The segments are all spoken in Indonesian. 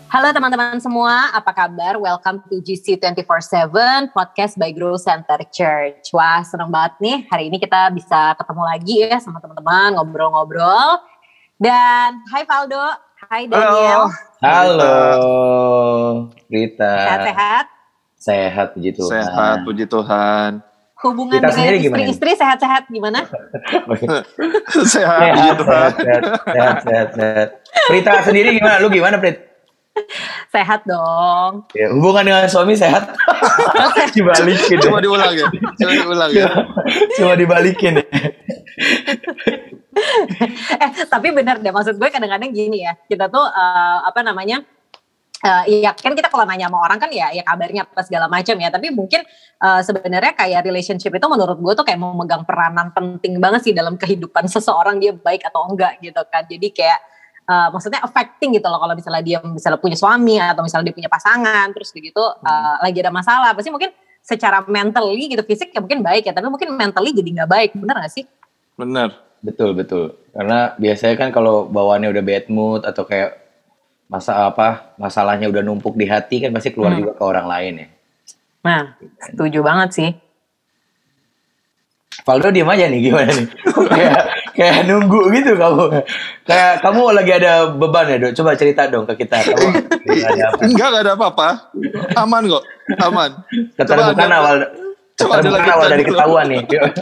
Halo teman-teman semua, apa kabar? Welcome to GC 24/7 Podcast by Growth Center Church. Wah, senang banget nih hari ini kita bisa ketemu lagi ya sama teman-teman, ngobrol-ngobrol. Dan hai Valdo, hai Daniel. Halo Rita. Sehat-sehat? Sehat, puji Tuhan. Sehat, puji Tuhan. Hubungan Rita dengan istri-istri gimana? sehat-sehat gimana? Sehat. Rita sendiri gimana? Lu gimana, Prit? Sehat dong. Ya, hubungan dengan suami sehat? Dibalikin. Coba diulang ya. Cuma dibalikin ya. Tapi benar deh, maksud gue kadang-kadang gini ya, kita tuh iya kan kita kalau nanya sama orang kan ya kabarnya apa segala macam ya, tapi mungkin sebenarnya kayak relationship itu menurut gue tuh kayak memegang peranan penting banget sih dalam kehidupan seseorang, dia baik atau enggak gitu kan. Jadi kayak maksudnya affecting gitu loh, kalau misalnya dia misalnya punya suami atau misalnya dia punya pasangan terus begitu lagi ada masalah, pasti mungkin secara mentally gitu, fisik ya mungkin baik ya, tapi mungkin mentally jadi nggak baik, bener nggak sih? Bener. Betul. Karena biasanya kan kalau bawaannya udah bad mood atau kayak masalahnya udah numpuk di hati kan pasti keluar juga ke orang lain ya. Nah, setuju banget sih. Valdo diem aja nih, gimana nih? kayak nunggu gitu kamu. Kayak kamu lagi ada beban ya, Dok? Coba cerita dong ke kita. Kamu ada apa? Enggak ada apa-apa. Aman kok, aman. Keterbukaan awal dari ketahuan nih.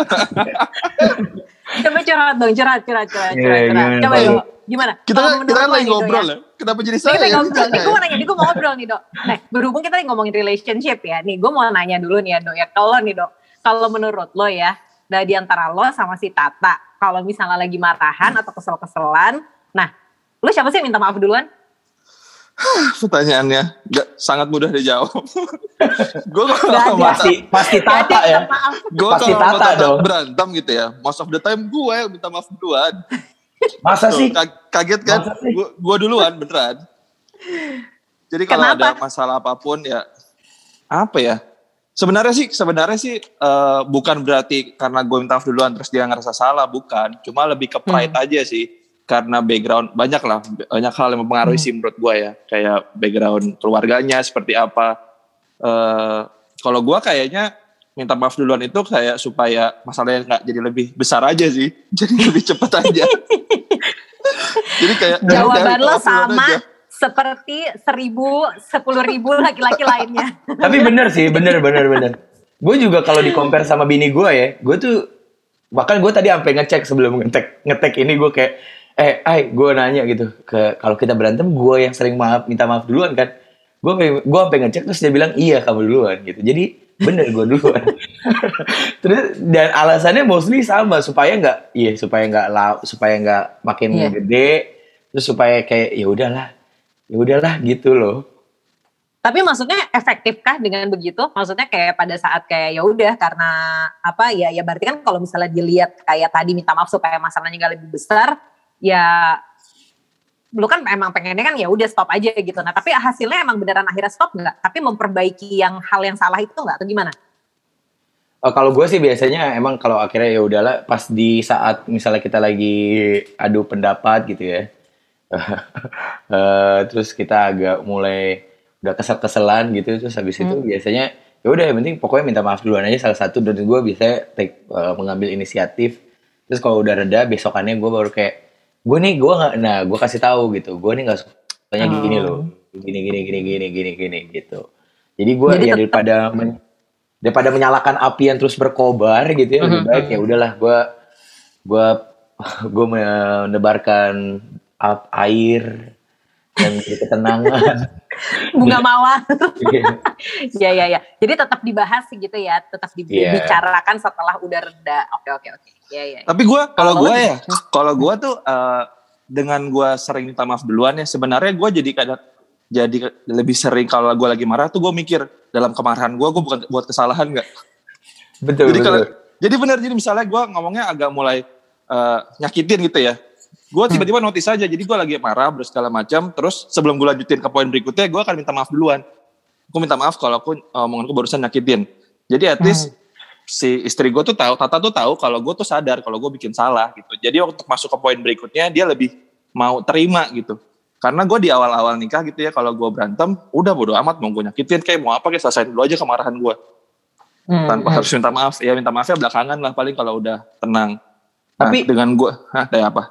Coba curhat dong, curhat. Coba yuk, gimana? Kita kan lagi ngobrol ya. Kenapa jadi saya? Kita ngobrol. Nih gue mau nanya, gue mau ngobrol nih, Dok. Nah, berhubung kita lagi ngomongin relationship ya, nih gue mau nanya dulu nih ya, Dok. Ya, kalau nih, Dok, kalau menurut lo ya, dari antara lo sama si Tata, kalau misalnya lagi marahan atau kesel-keselan, nah, lo siapa sih yang minta maaf duluan? Pertanyaannya sangat mudah dijawab. Gue pasti Tata ya. Gue pasti Tata dong. Berantem gitu ya. Most of the time gue yang minta maaf duluan. Masa sih? Kaget kan? Gue duluan beneran. Jadi kalau ada masalah apapun ya apa ya? Sebenarnya sih bukan berarti karena gue minta maaf duluan terus dia ngerasa salah, bukan. Cuma lebih ke pride aja sih. Karena background banyak hal yang mempengaruhi sih menurut gue ya. Kayak background keluarganya seperti apa. Kalau gue kayaknya minta maaf duluan itu kayak supaya masalahnya nggak jadi lebih besar aja sih. Jadi lebih cepat aja. Jadi kayak jawaban lo sama aja. Seperti 10.000 laki-laki lainnya. Tapi bener sih, bener. Gue juga kalau di compare sama bini gue ya, gue tuh bahkan gue tadi sampai ngecek sebelum ngetek ini, gue kayak gue nanya gitu ke kalau kita berantem gue yang sering minta maaf duluan kan. Gue sampai ngecek terus dia bilang iya kamu duluan gitu. Jadi bener gue duluan. Terus dan alasannya mostly sama supaya nggak makin gede, terus supaya kayak ya udahlah gitu loh. Tapi maksudnya efektifkah dengan begitu? Maksudnya kayak pada saat kayak ya udah karena apa ya berarti kan kalau misalnya dilihat kayak tadi minta maaf supaya masalahnya nggak lebih besar, ya lu kan emang pengennya kan ya udah stop aja gitu. Nah tapi hasilnya emang beneran akhirnya stop nggak? Tapi memperbaiki hal yang salah itu nggak atau gimana? Kalau gue sih biasanya emang kalau akhirnya ya udahlah pas di saat misalnya kita lagi adu pendapat gitu ya. Terus kita agak mulai udah kesel-keselan gitu, terus habis itu biasanya ya udah yang penting pokoknya minta maaf duluan aja salah satu, dan gue bisa mengambil inisiatif. Terus kalau udah reda besokannya gue baru kayak gue kasih tahu gitu, gue nih nggak sukanya gini loh, gini gitu. Jadi gue ya daripada menyalakan api yang terus berkobar gitu ya, lebih baik ya udahlah gue menebarkan air dan ketenangan. Bunga mawar. Ya. Jadi tetap dibahas gitu ya, tetap dibicarakan setelah udah reda. Oke. Ya. Tapi kalau gue tuh dengan gue sering minta maaf duluan ya, sebenarnya gue jadi lebih sering kalau gue lagi marah tuh gue mikir dalam kemarahan gue bukan buat kesalahan nggak. Betul. Jadi benar, jadi misalnya gue ngomongnya agak mulai nyakitin gitu ya. Gue tiba-tiba notice aja, jadi gue lagi marah segala macam, terus sebelum gue lanjutin ke poin berikutnya, gue akan minta maaf duluan. Gue minta maaf kalau omonganku barusan nyakitin. Jadi at least si istri gue tuh Tata tuh tahu kalau gue tuh sadar kalau gue bikin salah gitu. Jadi waktu masuk ke poin berikutnya dia lebih mau terima gitu. Karena gue di awal-awal nikah gitu ya, kalau gue berantem, udah bodo amat mau gue nyakitin kayak mau apa kayak selesain dulu aja kemarahan gue. Tanpa harus minta maaf. Ya minta maafnya belakangan lah paling kalau udah tenang. Tapi dengan gue, kayak apa?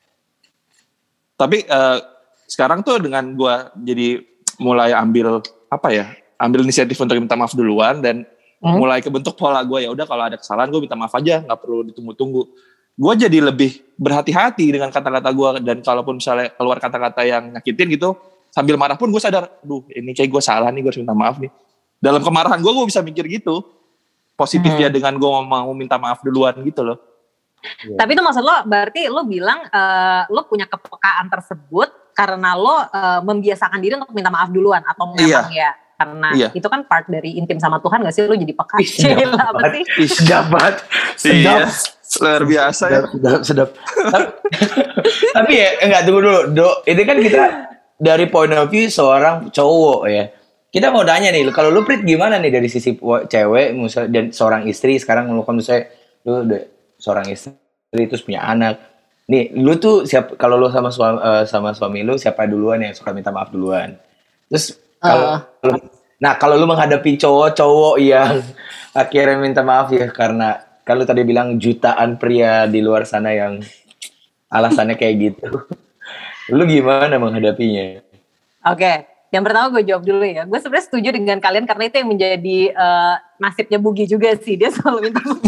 Tapi sekarang tuh dengan gue jadi mulai ambil inisiatif untuk minta maaf duluan dan mulai kebentuk pola gue, ya udah kalau ada kesalahan gue minta maaf aja, nggak perlu ditunggu-tunggu. Gue jadi lebih berhati-hati dengan kata-kata gue, dan kalaupun misalnya keluar kata-kata yang nyakitin gitu, sambil marah pun gue sadar, ini kayak gue salah nih, gue harus minta maaf nih. Dalam kemarahan gue bisa mikir gitu, positifnya dengan gue mau minta maaf duluan gitu loh. Tapi itu maksud lo, berarti lo bilang lo punya kepekaan tersebut karena lo membiasakan diri untuk minta maaf duluan, atau memang ya karena itu kan part dari intim sama Tuhan gak sih, lo jadi peka. Sedap banget. Sedap. Luar biasa ya. Sedap. Tapi ya enggak, tunggu dulu Dok. Ini kan kita dari point of view seorang cowok ya. Kita mau tanya nih, kalau lu Prit gimana nih dari sisi cewek misalnya, dan seorang istri sekarang lu kan misalnya lu udah seorang istri terus punya anak. Nih, lu tuh kalau lu sama suami lu siapa duluan yang suka minta maaf duluan? Terus kalau lu menghadapi cowok-cowok yang akhirnya minta maaf ya karena kalau tadi bilang jutaan pria di luar sana yang alasannya kayak gitu. Lu gimana menghadapinya? Oke, yang pertama gue jawab dulu ya. Gue sebenarnya setuju dengan kalian karena itu yang menjadi nasibnya Bugi juga sih. Dia selalu minta maaf.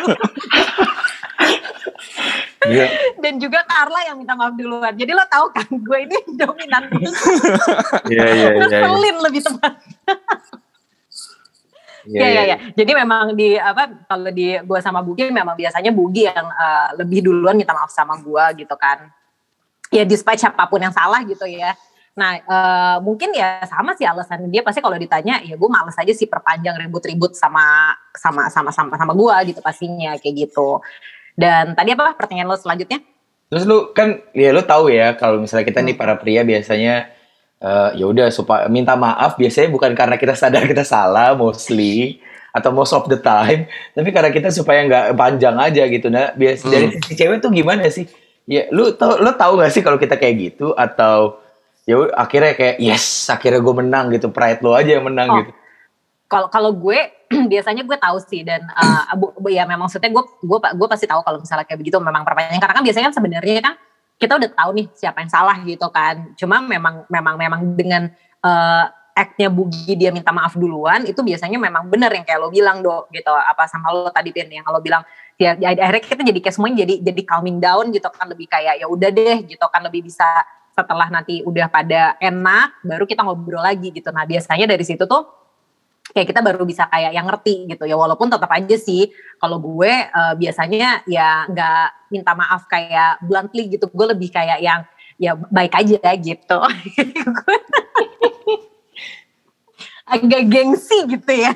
Dan juga Carla yang minta maaf duluan. Jadi lo tahu kan, gue ini dominan. Ngeselin lebih tepat. Iya. Jadi memang kalau di gue sama Bugi memang biasanya Bugi yang lebih duluan minta maaf sama gue gitu kan. Ya despite siapapun yang salah gitu ya. Nah mungkin ya sama sih alasan dia, pasti kalau ditanya ya gue males aja sih perpanjang ribut-ribut sama gue gitu pastinya kayak gitu. Dan tadi apa pertanyaan lo selanjutnya? Terus lu kan ya lu tahu ya kalau misalnya kita nih para pria biasanya ya udah supaya minta maaf biasanya bukan karena kita sadar kita salah mostly atau most of the time, tapi karena kita supaya nggak panjang aja gitu. Nah biasa dari sisi cewek tuh gimana sih? Ya lu tahu nggak sih kalau kita kayak gitu, atau ya akhirnya kayak yes akhirnya gue menang gitu, pride lo aja yang menang gitu? Kalau gue biasanya gue tahu sih, dan ya memang maksudnya gue pasti tahu kalau misalnya kayak begitu memang perpanjang, karena kan biasanya kan sebenarnya kan kita udah tahu nih siapa yang salah gitu kan. Cuma memang dengan act-nya Bugi dia minta maaf duluan, itu biasanya memang benar yang kayak lo bilang Do gitu, apa sama lo tadi Pin yang lo bilang ya akhirnya kita jadi kayak semuanya jadi calming down gitu kan, lebih kayak ya udah deh gitu kan, lebih bisa setelah nanti udah pada enak baru kita ngobrol lagi gitu. Nah biasanya dari situ tuh kayak kita baru bisa kayak yang ngerti gitu ya, walaupun tetap aja sih kalau gue biasanya ya nggak minta maaf kayak bluntly gitu, gue lebih kayak yang ya baik aja gitu. Agak gengsi gitu ya.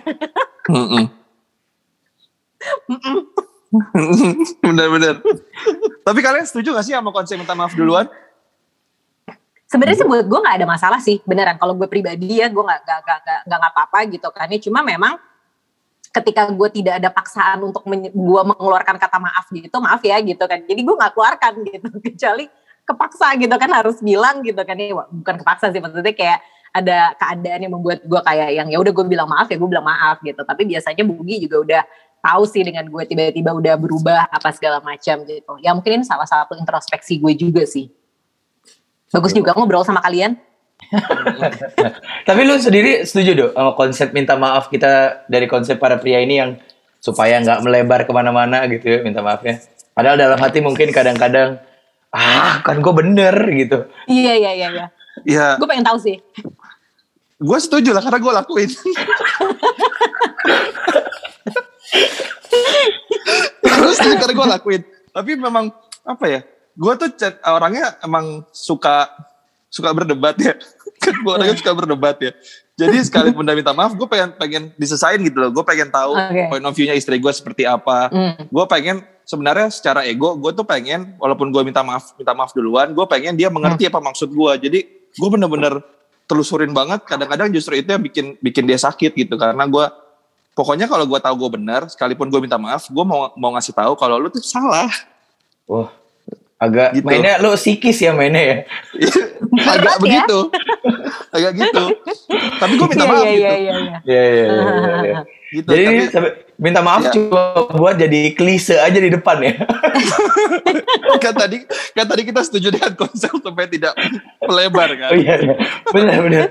Benar-benar. Tapi kalian setuju gak sih sama konsep minta maaf duluan? Sebenarnya sih buat gue nggak ada masalah sih beneran. Kalau gue pribadi ya gue nggak apa-apa gitu kan. Cuma memang ketika gue tidak ada paksaan untuk gue mengeluarkan kata maaf gitu, maaf ya gitu kan. Jadi gue nggak keluarkan gitu, kecuali kepaksa gitu kan harus bilang gitu kan. Ya bukan kepaksa sih, maksudnya kayak ada keadaan yang membuat gue kayak yang ya udah gue bilang maaf ya gue bilang maaf gitu. Tapi biasanya Bugi juga udah tahu sih dengan gue tiba-tiba udah berubah apa segala macam gitu. Ya mungkin ini salah satu introspeksi gue juga sih. Bagus juga ngobrol sama kalian. Tapi lu sendiri setuju dong sama konsep minta maaf kita dari konsep para pria ini yang supaya nggak melebar kemana-mana gitu ya minta maafnya. Padahal dalam hati mungkin kadang-kadang kan gue bener gitu. Iya. Ya. Gue pengen tahu sih. Gue setuju lah karena gue lakuin. Terus karena gue lakuin. Tapi memang apa ya? Gue tuh orangnya emang suka berdebat ya. Gue orangnya suka berdebat ya. Jadi sekalipun udah minta maaf, gue pengen disesain gitu loh. Gue pengen tahu point of view-nya istri gue seperti apa. Gue pengen sebenarnya secara ego, gue tuh pengen walaupun gue minta maaf duluan, gue pengen dia mengerti apa maksud gue. Jadi gue bener-bener telusurin banget. Kadang-kadang justru itu yang bikin dia sakit gitu. Karena gue pokoknya kalau gue tahu gue benar, sekalipun gue minta maaf, gue mau ngasih tahu kalau lu tuh salah. Agak Gitu. mainnya lo psikis ya mainnya ya. Agak begitu. Agak gitu. Tapi gue minta maaf gitu. Iya. Gitu, Jadi tapi ini minta maaf ya. cuma buat jadi klise aja di depan ya. kan tadi kita setuju dengan konsep supaya tidak melebar kan. Oh iya. Benar.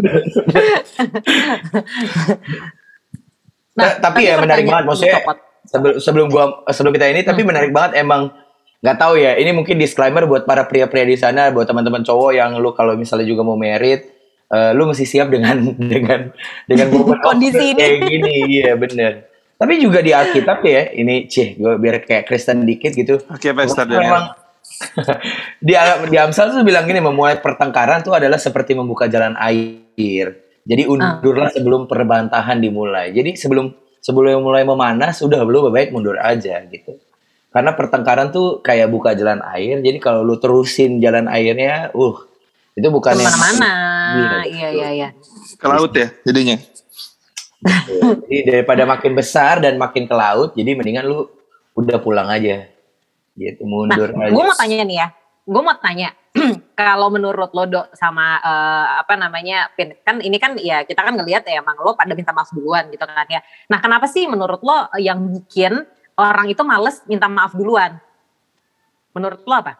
Tapi ya menarik banget maksudnya. Sebelum kita ini tapi menarik banget emang. Nggak tahu ya, ini mungkin disclaimer buat para pria-pria di sana, buat teman-teman cowok yang lu kalau misalnya juga mau married, lu mesti siap dengan kondisi ini. Kayak gini, iya bener. Tapi juga di Alkitab ya, ini gue biar kayak Kristen dikit gitu. Oke, Pastor Memang di Amsal tuh bilang gini, memulai pertengkaran tuh adalah seperti membuka jalan air. Jadi undurlah sebelum perbantahan dimulai. Jadi sebelum mulai memanas, udah lu baik mundur aja gitu. Karena pertengkaran tuh kayak buka jalan air. Jadi kalau lu terusin jalan airnya, itu bukan kemana-mana. Iya. Ke laut ya jadinya. Jadi daripada makin besar dan makin ke laut, jadi mendingan lu udah pulang aja. Gitu, mundur aja. Gue mau tanya nih ya. Kalau menurut lo Dok sama Pin, kan ini kan ya kita kan ngelihat ya emang lo pada minta maaf duluan gitu kan ya. Nah kenapa sih menurut lo yang bikin orang itu males minta maaf duluan? Menurut lo apa?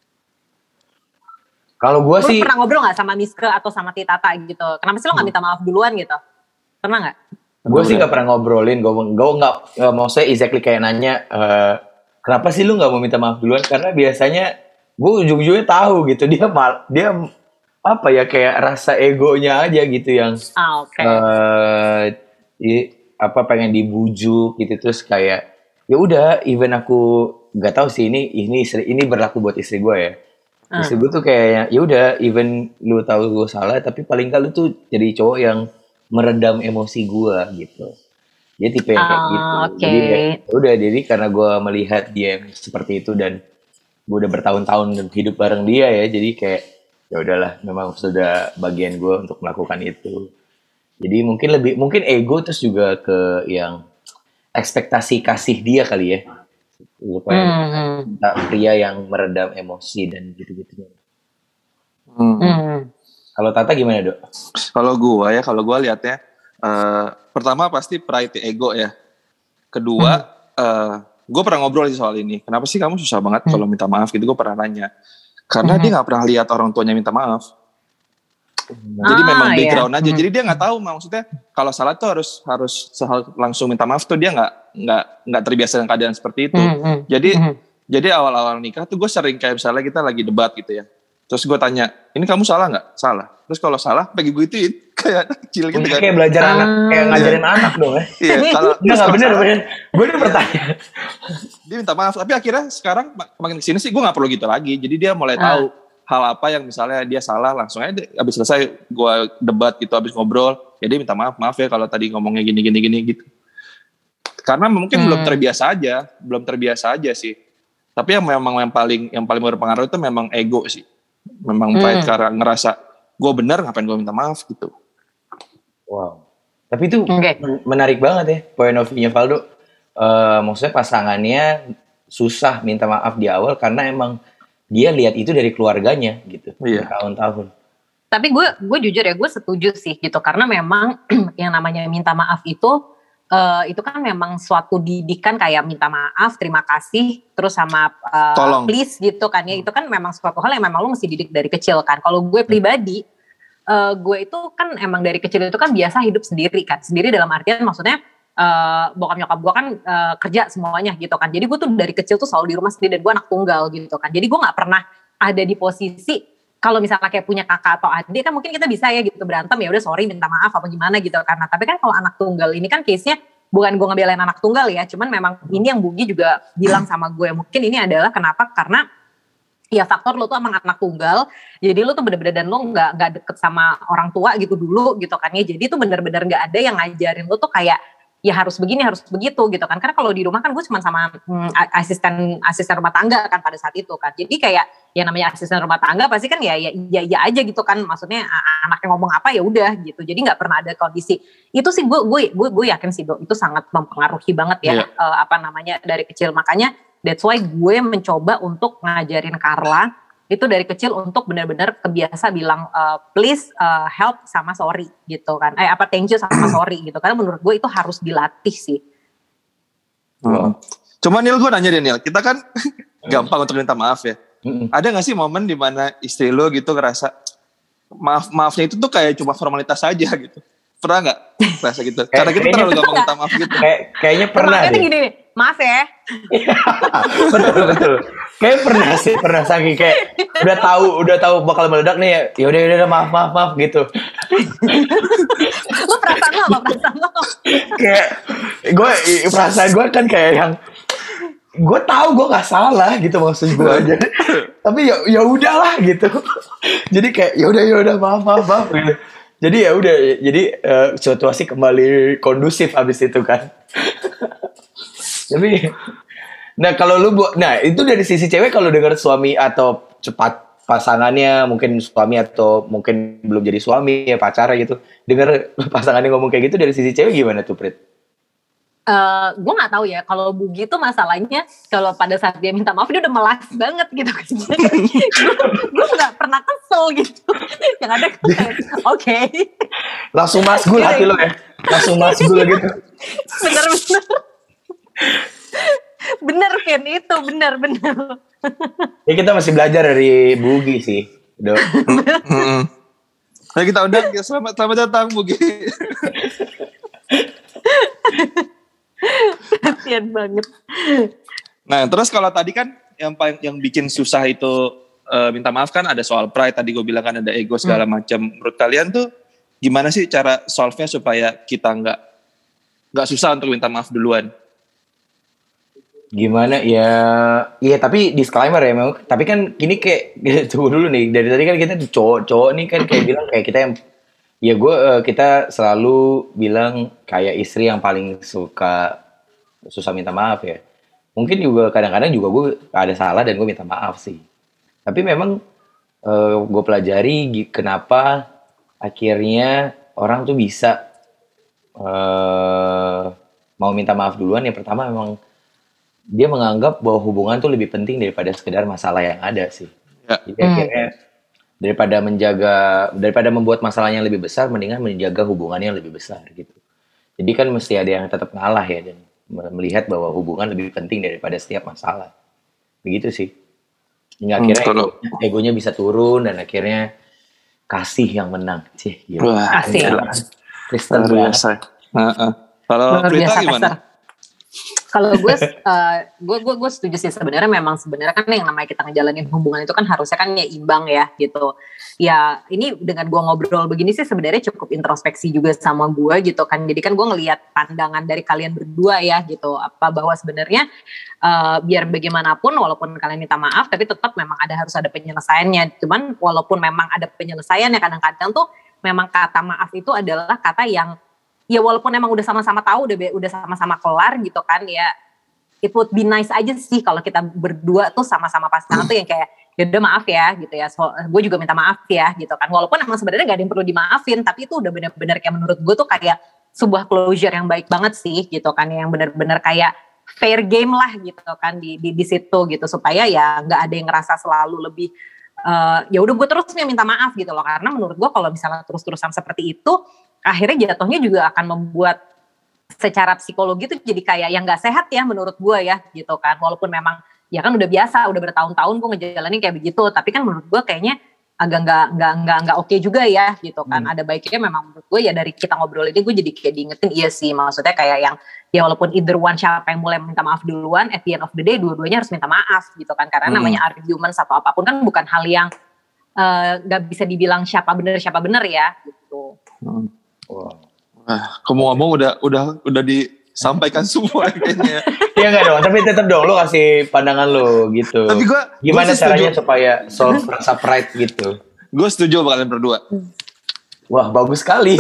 Kalau gue sih... Lo pernah ngobrol gak sama Miske atau sama Titata gitu? Kenapa sih lo gak minta maaf duluan gitu? Pernah gak? Gue sih gak pernah ngobrolin. Gue gak, maksudnya exactly kayak nanya, kenapa sih lu gak mau minta maaf duluan? Karena biasanya gue ujung-ujungnya tahu gitu. Dia apa ya, kayak rasa egonya aja gitu yang... pengen dibujuk gitu. Terus kayak... Ya udah, even aku nggak tahu sih ini berlaku buat istri gue ya. Istri gue tuh kayak ya udah, even lu tahu gue salah, tapi paling kali lu tuh jadi cowok yang meredam emosi gue gitu. Dia tipe yang kayak gitu. Jadi ya udah, jadi karena gue melihat dia yang seperti itu dan gue udah bertahun-tahun hidup bareng dia ya, jadi kayak ya udahlah, memang sudah bagian gue untuk melakukan itu. Jadi mungkin ego terus juga ke yang ekspektasi kasih dia kali ya, supaya pria yang meredam emosi dan gitu-gitu. Kalau Tata gimana Dok? Kalau gue lihatnya, pertama pasti pride ego ya. Kedua, gue pernah ngobrol soal ini. Kenapa sih kamu susah banget kalau minta maaf gitu? Gue pernah nanya. Karena dia nggak pernah lihat orang tuanya minta maaf. Jadi memang background aja. Jadi dia nggak tahu, maksudnya kalau salah tuh harus langsung minta maaf tuh dia nggak terbiasa dengan keadaan seperti itu. Jadi awal-awal nikah tuh gue sering kayak misalnya kita lagi debat gitu ya. Terus gue tanya, ini kamu salah nggak? Salah. Terus kalau salah, pengen gue ituin kayak kecil gitu kan. Kayak belajar anak, kayak ngajarin anak dong ya. Iya. Kalau nggak bener. Gue udah bertanya. Dia minta maaf, tapi akhirnya sekarang makin kesini sih gue nggak perlu gitu lagi. Jadi dia mulai tahu hal apa yang misalnya dia salah, langsung aja abis selesai gue debat gitu, abis ngobrol, ya dia minta maaf ya kalau tadi ngomongnya gini gitu. Karena mungkin belum terbiasa aja sih. Tapi yang paling berpengaruh itu memang ego sih. Memang pride karena ngerasa gue benar, ngapain gue minta maaf gitu. Wow. Tapi itu menarik banget ya point of view-nya Valdo. Maksudnya pasangannya susah minta maaf di awal karena emang dia lihat itu dari keluarganya gitu, tahun-tahun. Tapi gue jujur ya, gue setuju sih gitu, karena memang yang namanya minta maaf itu kan memang suatu didikan, kayak minta maaf, terima kasih, terus sama please gitu kan ya, itu kan memang suatu hal yang memang lu mesti didik dari kecil kan. Kalau gue pribadi, gue itu kan emang dari kecil itu kan biasa hidup sendiri kan, sendiri dalam artian maksudnya bokap nyokap gue kan kerja semuanya gitu kan. Jadi gue tuh dari kecil tuh selalu di rumah sendiri, dan gue anak tunggal gitu kan. Jadi gue gak pernah ada di posisi kalau misalnya kayak punya kakak atau adik kan mungkin kita bisa ya gitu berantem, ya udah sorry minta maaf apa gimana gitu kan. Nah, tapi kan kalau anak tunggal ini kan case-nya bukan gue ngebelain anak tunggal ya, cuman memang ini yang Bugi juga bilang sama gue, mungkin ini adalah kenapa, karena ya faktor lo tuh emang anak tunggal, jadi lo tuh bener-bener, dan lo gak deket sama orang tua gitu dulu gitu kan ya. Jadi tuh bener-bener gak ada yang ngajarin lo tuh kayak ya harus begini, harus begitu gitu kan. Karena kalau di rumah kan gue cuma sama asisten rumah tangga kan pada saat itu kan. Jadi kayak ya namanya asisten rumah tangga pasti kan ya aja gitu kan. Maksudnya anaknya ngomong apa ya udah gitu. Jadi nggak pernah ada kondisi itu sih. Gue yakin sih itu sangat mempengaruhi banget ya dari kecil. Makanya That's why gue mencoba untuk ngajarin Carla itu dari kecil untuk benar-benar kebiasa bilang please help sama sorry gitu kan. Thank you sama sorry gitu. Karena menurut gue itu harus dilatih sih. Cuma Nil, gue nanya deh Nil, kita kan gampang untuk minta maaf ya. Ada gak sih momen dimana istri lo gitu ngerasa maafnya itu tuh kayak cuma formalitas aja gitu? Pernah gak rasa gitu? Karena kita terlalu gampang minta maaf gitu. Kayaknya pernah deh. Gini, maaf ya. Betul. Kayak pernah saking kayak udah tahu bakal meledak nih ya udah maaf gitu. Lo perasaan lo? Kayak perasaan gue kan kayak yang gue tahu gue nggak salah gitu maksud gue aja. Tapi ya udahlah gitu. Jadi kayak ya udah maaf gitu. Jadi ya udah situasi kembali kondusif habis itu kan. Tapi kalau lu itu dari sisi cewek kalau dengar suami atau cepat pasangannya mungkin suami atau mungkin belum jadi suami ya pacarnya gitu dengar pasangannya ngomong kayak gitu dari sisi cewek gimana tuh Prit? Gue nggak tahu ya kalau Bugi tuh masalahnya kalau pada saat dia minta maaf dia udah melas banget gitu kan. Gue nggak pernah kesel gitu. Yang ada oke. Langsung masgul hati lo ya. Langsung masgul gitu. Bener Ken itu bener. Ya kita masih belajar dari Bugi sih. Nah kita undang ya selamat datang Bugi. Kasian banget. Nah terus kalau tadi kan yang bikin susah itu minta maaf kan ada soal pride tadi gue bilang kan ada ego segala macam. Menurut kalian tuh gimana sih cara solve-nya supaya kita nggak susah untuk minta maaf duluan? Gimana ya tapi disclaimer ya memang tapi kan gini kayak tunggu dulu nih dari tadi kan kita cowok nih kan kayak bilang kayak kita yang ya kita selalu bilang kayak istri yang paling susah minta maaf ya mungkin juga kadang-kadang juga gue ada salah dan gue minta maaf sih tapi memang gue pelajari kenapa akhirnya orang tuh bisa mau minta maaf duluan. Yang pertama memang dia menganggap bahwa hubungan tuh lebih penting daripada sekedar masalah yang ada sih. Ya. Jadi akhirnya daripada membuat masalahnya lebih besar, mendingan menjaga hubungannya yang lebih besar gitu. Jadi kan mesti ada yang tetap ngalah ya dan melihat bahwa hubungan lebih penting daripada setiap masalah. Begitu sih. Hingga akhirnya egonya bisa turun dan akhirnya kasih yang menang. Kasih. Kristen biasa. Kalau Prita gimana? Kalau gue setuju sih sebenarnya kan yang namanya kita ngejalanin hubungan itu kan harusnya kan ya imbang ya gitu. Ya ini dengan gue ngobrol begini sih sebenarnya cukup introspeksi juga sama gue gitu kan. Jadi kan gue ngelihat pandangan dari kalian berdua ya gitu. Bahwa sebenarnya biar bagaimanapun walaupun kalian minta maaf tapi tetap memang harus ada penyelesaiannya. Cuman walaupun memang ada penyelesaiannya kadang-kadang tuh memang kata maaf itu adalah kata yang ya walaupun emang udah sama-sama tahu udah sama-sama kelar gitu kan ya it would be nice aja sih kalau kita berdua tuh sama-sama pasangan tuh yang kayak ya udah maaf ya gitu ya gue juga minta maaf ya gitu kan walaupun emang sebenarnya gak ada yang perlu dimaafin tapi itu udah benar-benar kayak menurut gue tuh kayak sebuah closure yang baik banget sih gitu kan yang benar-benar kayak fair game lah gitu kan di situ gitu supaya ya nggak ada yang ngerasa selalu lebih ya udah gue terus nih minta maaf gitu loh karena menurut gue kalau misalnya terus-terusan seperti itu akhirnya jatuhnya juga akan membuat secara psikologi tuh jadi kayak yang gak sehat ya menurut gue ya gitu kan. Walaupun memang ya kan udah biasa, udah bertahun-tahun gue ngejalanin kayak begitu. Tapi kan menurut gue kayaknya agak nggak oke juga ya gitu kan. Ada baiknya memang menurut gue ya dari kita ngobrol ini gue jadi kayak diingetin iya sih. Maksudnya kayak yang ya walaupun either one siapa yang mulai minta maaf duluan at the end of the day dua-duanya harus minta maaf gitu kan. Karena namanya argument atau apapun kan bukan hal yang gak bisa dibilang siapa benar ya gitu. Wow. Kamu ngomong udah disampaikan semua kayaknya. Iya enggak dong, tapi tetap dong lo kasih pandangan lo gitu. Tapi gimana caranya supaya solve rasa pride gitu? Gue setuju sama kalian berdua. Wah, bagus sekali.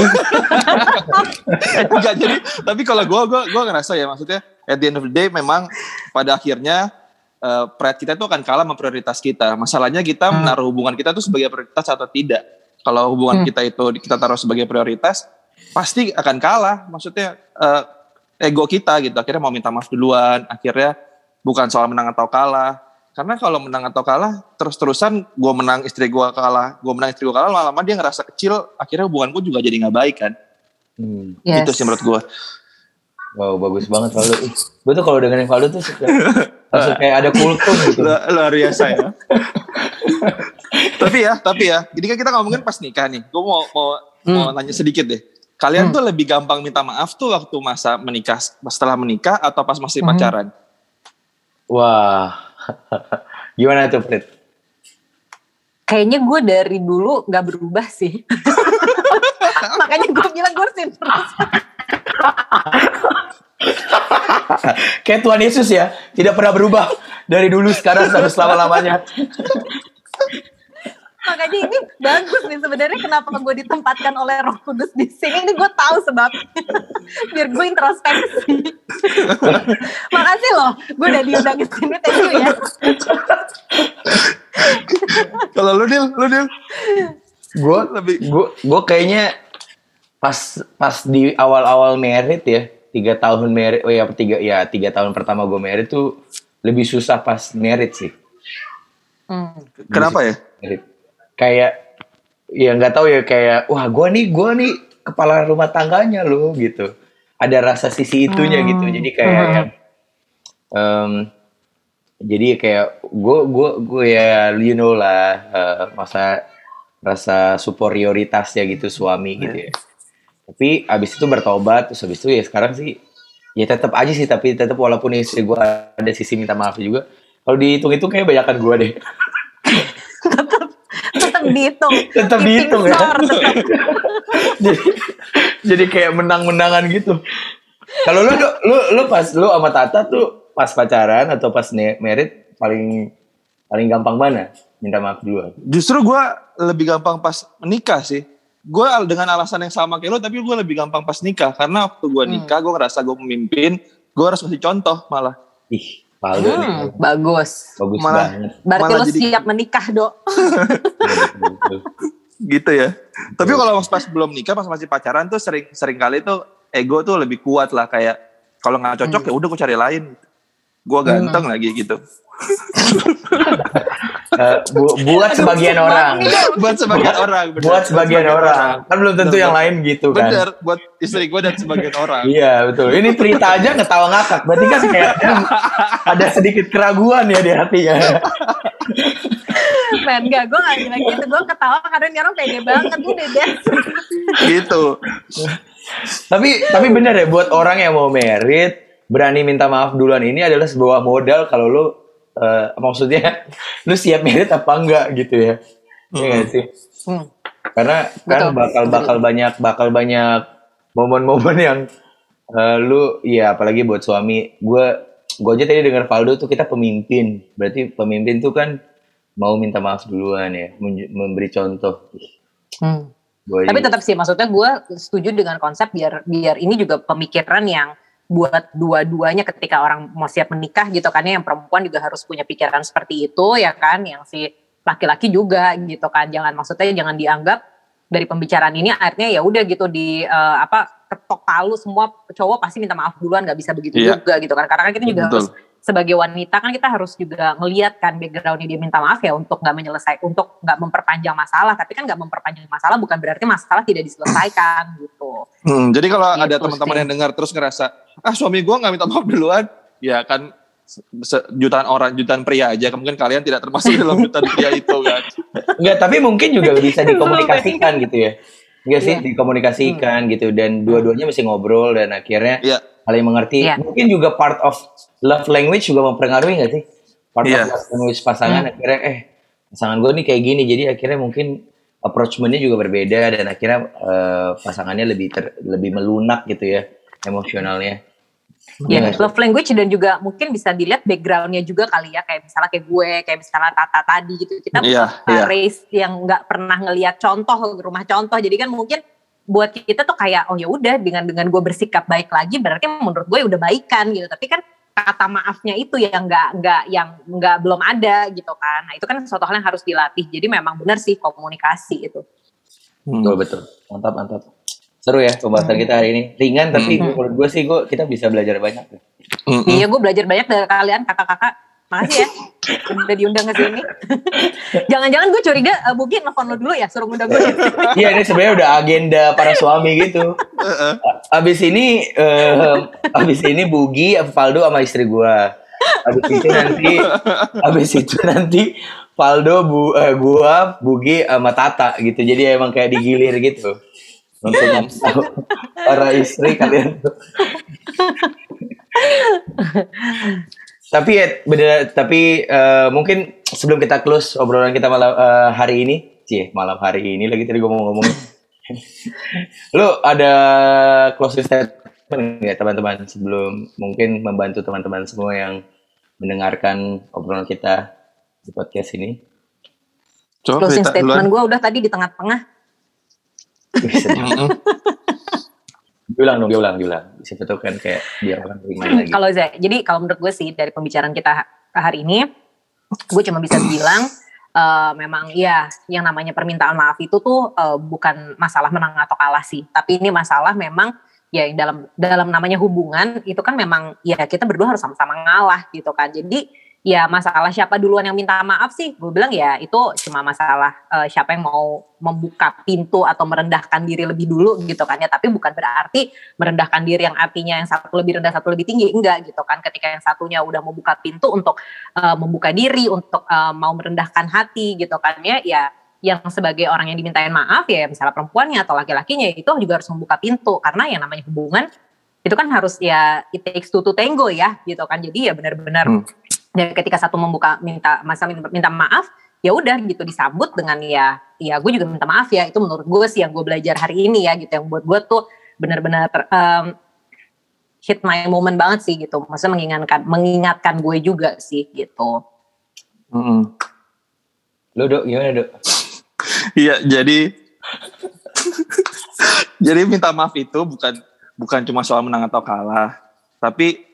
Enggak jadi, tapi kalau gue ngerasa ya maksudnya at the end of the day memang pada akhirnya pride kita itu akan kalah sama prioritas kita. Masalahnya kita menaruh hubungan kita itu sebagai prioritas atau tidak. Kalau hubungan kita itu kita taruh sebagai prioritas, pasti akan kalah. Maksudnya ego kita gitu. Akhirnya mau minta maaf duluan. Akhirnya bukan soal menang atau kalah. Karena kalau menang atau kalah, terus-terusan gue menang, istri gue kalah, lama-lama dia ngerasa kecil, akhirnya hubungan gue juga jadi gak baik kan. Gitu sih menurut gue. Wow, bagus banget Valdo. Gue tuh kalau dengerin Valdo tuh suka langsung kayak ada kultum gitu. Luar biasa ya. Tapi ya, jadi kan kita ngomongin pas nikah nih. Gue mau nanya sedikit deh. Kalian tuh lebih gampang minta maaf tuh waktu masa menikah, setelah menikah atau pas masih pacaran? Wah, gimana tuh Fred? Kayaknya gue dari dulu gak berubah sih. Makanya gue bilang gue terus. Kayak Tuhan Yesus ya, tidak pernah berubah dari dulu sekarang sampai selama-lamanya. Makanya ini bagus nih sebenarnya kenapa gue ditempatkan oleh Roh Kudus di sini. Ini gue tahu sebabnya. Biar gue introspeksi. Makasih loh, gue udah diundang ke sini. Thank you ya. Kalau lu Dil? Gue kayaknya pas di awal-awal married ya, 3 tahun married, 3 tahun pertama gue married tuh lebih susah pas married sih. Kenapa ya? Kayak ya nggak tahu ya, kayak wah gue nih kepala rumah tangganya loh gitu. Ada rasa sisi itunya gitu. Jadi kayak jadi kayak gue ya you know lah, masa rasa superioritasnya gitu suami gitu ya. Tapi abis itu bertobat, terus abis itu ya sekarang sih ya tetap aja sih, tapi tetap walaupun istri gue ada sisi minta maaf juga, kalau dihitung-hitung kayak banyakan gue deh. tetap dihitung ya. jadi kayak menang-menangan gitu. Kalau lu pas lu sama Tata tuh pas pacaran atau pas married paling gampang mana minta maaf dulu? Justru gue lebih gampang pas menikah sih. Gue dengan alasan yang sama kayak lo, tapi gue lebih gampang pas nikah. Karena waktu gue nikah, gue ngerasa gue memimpin, gue harus kasih contoh malah. Ih, Valdo nih. Bagus malah, banget. Berarti malah lo siap menikah, Dok. Gitu ya. Tapi kalau pas belum nikah, pas masih pacaran tuh sering kali tuh ego tuh lebih kuat lah. Kayak kalau gak cocok ya udah gue cari lain. Gue ganteng lagi gitu. Buat sebagian orang. Buat sebagian orang. Bener. Buat sebagian orang. Kan belum tentu yang lain gitu kan. Bener, buat istri gue dan sebagian orang. Iya betul. Ini Prita aja ketawa ngakak. Berarti kan kayak ada sedikit keraguan ya di hatinya. Men, gue gak bilang gitu. Gue ketawa karena ini orang pede banget. Gue dede. Gitu. Tapi bener ya, buat orang yang mau married, berani minta maaf duluan ini adalah sebuah modal kalau lu maksudnya lu siap merit apa enggak gitu ya. Iya gak sih? Karena kan bakal banyak momen-momen yang lu ya apalagi buat suami. Gue aja tadi dengar Valdo tuh kita pemimpin. Berarti pemimpin tuh kan mau minta maaf duluan ya, memberi contoh. Tapi tetap sih maksudnya gue setuju dengan konsep biar ini juga pemikiran yang buat dua-duanya ketika orang mau siap menikah gitu kan ya, yang perempuan juga harus punya pikiran seperti itu ya kan, yang si laki-laki juga gitu kan, maksudnya jangan dianggap dari pembicaraan ini artinya ya udah gitu di ketok palu semua cowok pasti minta maaf duluan, nggak bisa begitu juga gitu kan, karena kan kita juga harus sebagai wanita kan kita harus juga ngelihat kan backgroundnya dia minta maaf ya untuk nggak memperpanjang masalah, tapi kan nggak memperpanjang masalah bukan berarti masalah tidak diselesaikan gitu. Jadi kalau ada teman-teman yang dengar terus ngerasa suami gue nggak minta maaf duluan, ya kan jutaan pria aja, mungkin kalian tidak termasuk dalam jutaan pria itu kan. Enggak, tapi mungkin juga bisa dikomunikasikan gitu ya. Enggak sih, dikomunikasikan gitu, dan dua-duanya mesti ngobrol dan akhirnya saling mengerti. Mungkin juga part of love language juga mempengaruhi nggak sih? Part of love language pasangan akhirnya pasangan gue nih kayak gini, jadi akhirnya mungkin approachment-nya juga berbeda dan akhirnya pasangannya lebih melunak gitu ya emosionalnya. Love language dan juga mungkin bisa dilihat background-nya juga kali ya, kayak misalnya kayak misalnya Tata tadi gitu, kita race yang nggak pernah ngelihat rumah contoh, jadi kan mungkin buat kita tuh kayak oh ya udah dengan gue bersikap baik lagi berarti menurut gue udah baikan gitu, tapi kan kata maafnya itu yang nggak belum ada gitu kan. Nah itu kan suatu hal yang harus dilatih, jadi memang benar sih komunikasi itu. Betul mantap. Seru ya pembahasan kita hari ini, ringan tapi menurut gue sih kita bisa belajar banyak. Iya, gue belajar banyak dari kalian kakak-kakak. Makasih ya, udah diundang ke sini. Jangan-jangan gue curiga Bugi nelfon lo dulu ya, suruh ngundang gue. Iya, ini sebenarnya udah agenda para suami gitu. Abis ini Bugi, Valdo sama istri gue. Abis itu nanti Valdo, gua, Bugi sama Tata gitu. Jadi emang kayak digilir gitu. Untuk para istri kalian. Tapi ya bener, mungkin sebelum kita close obrolan kita malam hari ini, malam hari ini lagi tadi gue mau ngomong. Lu ada closing statement nggak teman-teman sebelum mungkin membantu teman-teman semua yang mendengarkan obrolan kita di podcast ini? Coba closing statement gue udah tadi di tengah-tengah. Diulang. Siapa tahu kan kayak biar orang terima lagi. Kalau menurut gue sih dari pembicaraan kita hari ini, gue cuma bisa bilang memang ya yang namanya permintaan maaf itu tuh bukan masalah menang atau kalah sih, tapi ini masalah memang ya dalam namanya hubungan itu kan memang ya kita berdua harus sama-sama ngalah gitu kan. Jadi ya masalah siapa duluan yang minta maaf sih, gue bilang ya itu cuma masalah siapa yang mau membuka pintu atau merendahkan diri lebih dulu gitu kan ya. Tapi bukan berarti merendahkan diri yang artinya yang satu lebih rendah satu lebih tinggi, enggak gitu kan. Ketika yang satunya udah membuka pintu untuk membuka diri, untuk mau merendahkan hati gitu kan ya, yang sebagai orang yang dimintain maaf ya misalnya perempuannya atau laki-lakinya itu juga harus membuka pintu, karena yang namanya hubungan itu kan harus ya it takes two to tango ya gitu kan. Jadi ya benar-benar dan ketika satu minta maaf, ya udah gitu disambut dengan ya gue juga minta maaf ya. Itu menurut gue sih yang gue belajar hari ini ya gitu, yang buat gue tuh benar-benar hit my moment banget sih gitu. Maksudnya mengingatkan gue juga sih gitu. Lu Dok, gimana Dok? Iya, jadi minta maaf itu bukan cuma soal menang atau kalah, tapi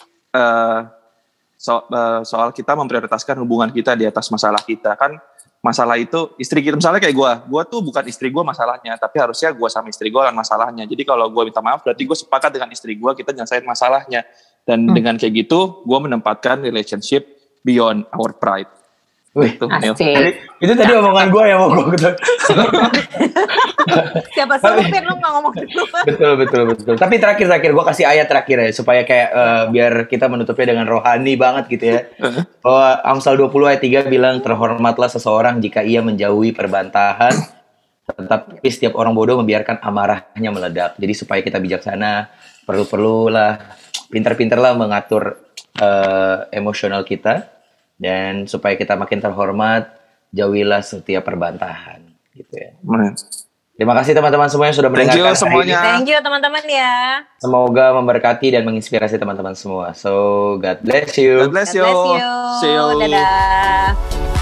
soal kita memprioritaskan hubungan kita di atas masalah kita. Kan masalah itu istri kita, misalnya kayak gue tuh bukan istri gue masalahnya, tapi harusnya gue sama istri gue kan masalahnya. Jadi kalau gue minta maaf berarti gue sepakat dengan istri gue, kita nyelesain masalahnya. Dan dengan kayak gitu gue menempatkan relationship beyond our pride. Itu tadi omongan gue yang mau gue gitu. Siapa suruhin lu gak ngomong dulu. Betul. Tapi terakhir gue kasih ayat terakhir ya, supaya kayak biar kita menutupnya dengan rohani banget gitu ya. Bahwa Amsal 20 ayat 3 bilang, terhormatlah seseorang jika ia menjauhi perbantahan, tetapi setiap orang bodoh membiarkan amarahnya meledak. Jadi supaya kita bijaksana, perlulah pintar-pintarlah mengatur emosional kita. Dan supaya kita makin terhormat, jauhilah setiap perbantahan, gitu ya. Terima kasih teman-teman semua yang sudah mendengarkan. Thank you semuanya. Thank you teman-teman ya. Semoga memberkati dan menginspirasi teman-teman semua. So, God bless you. God bless you. See you. Dadah.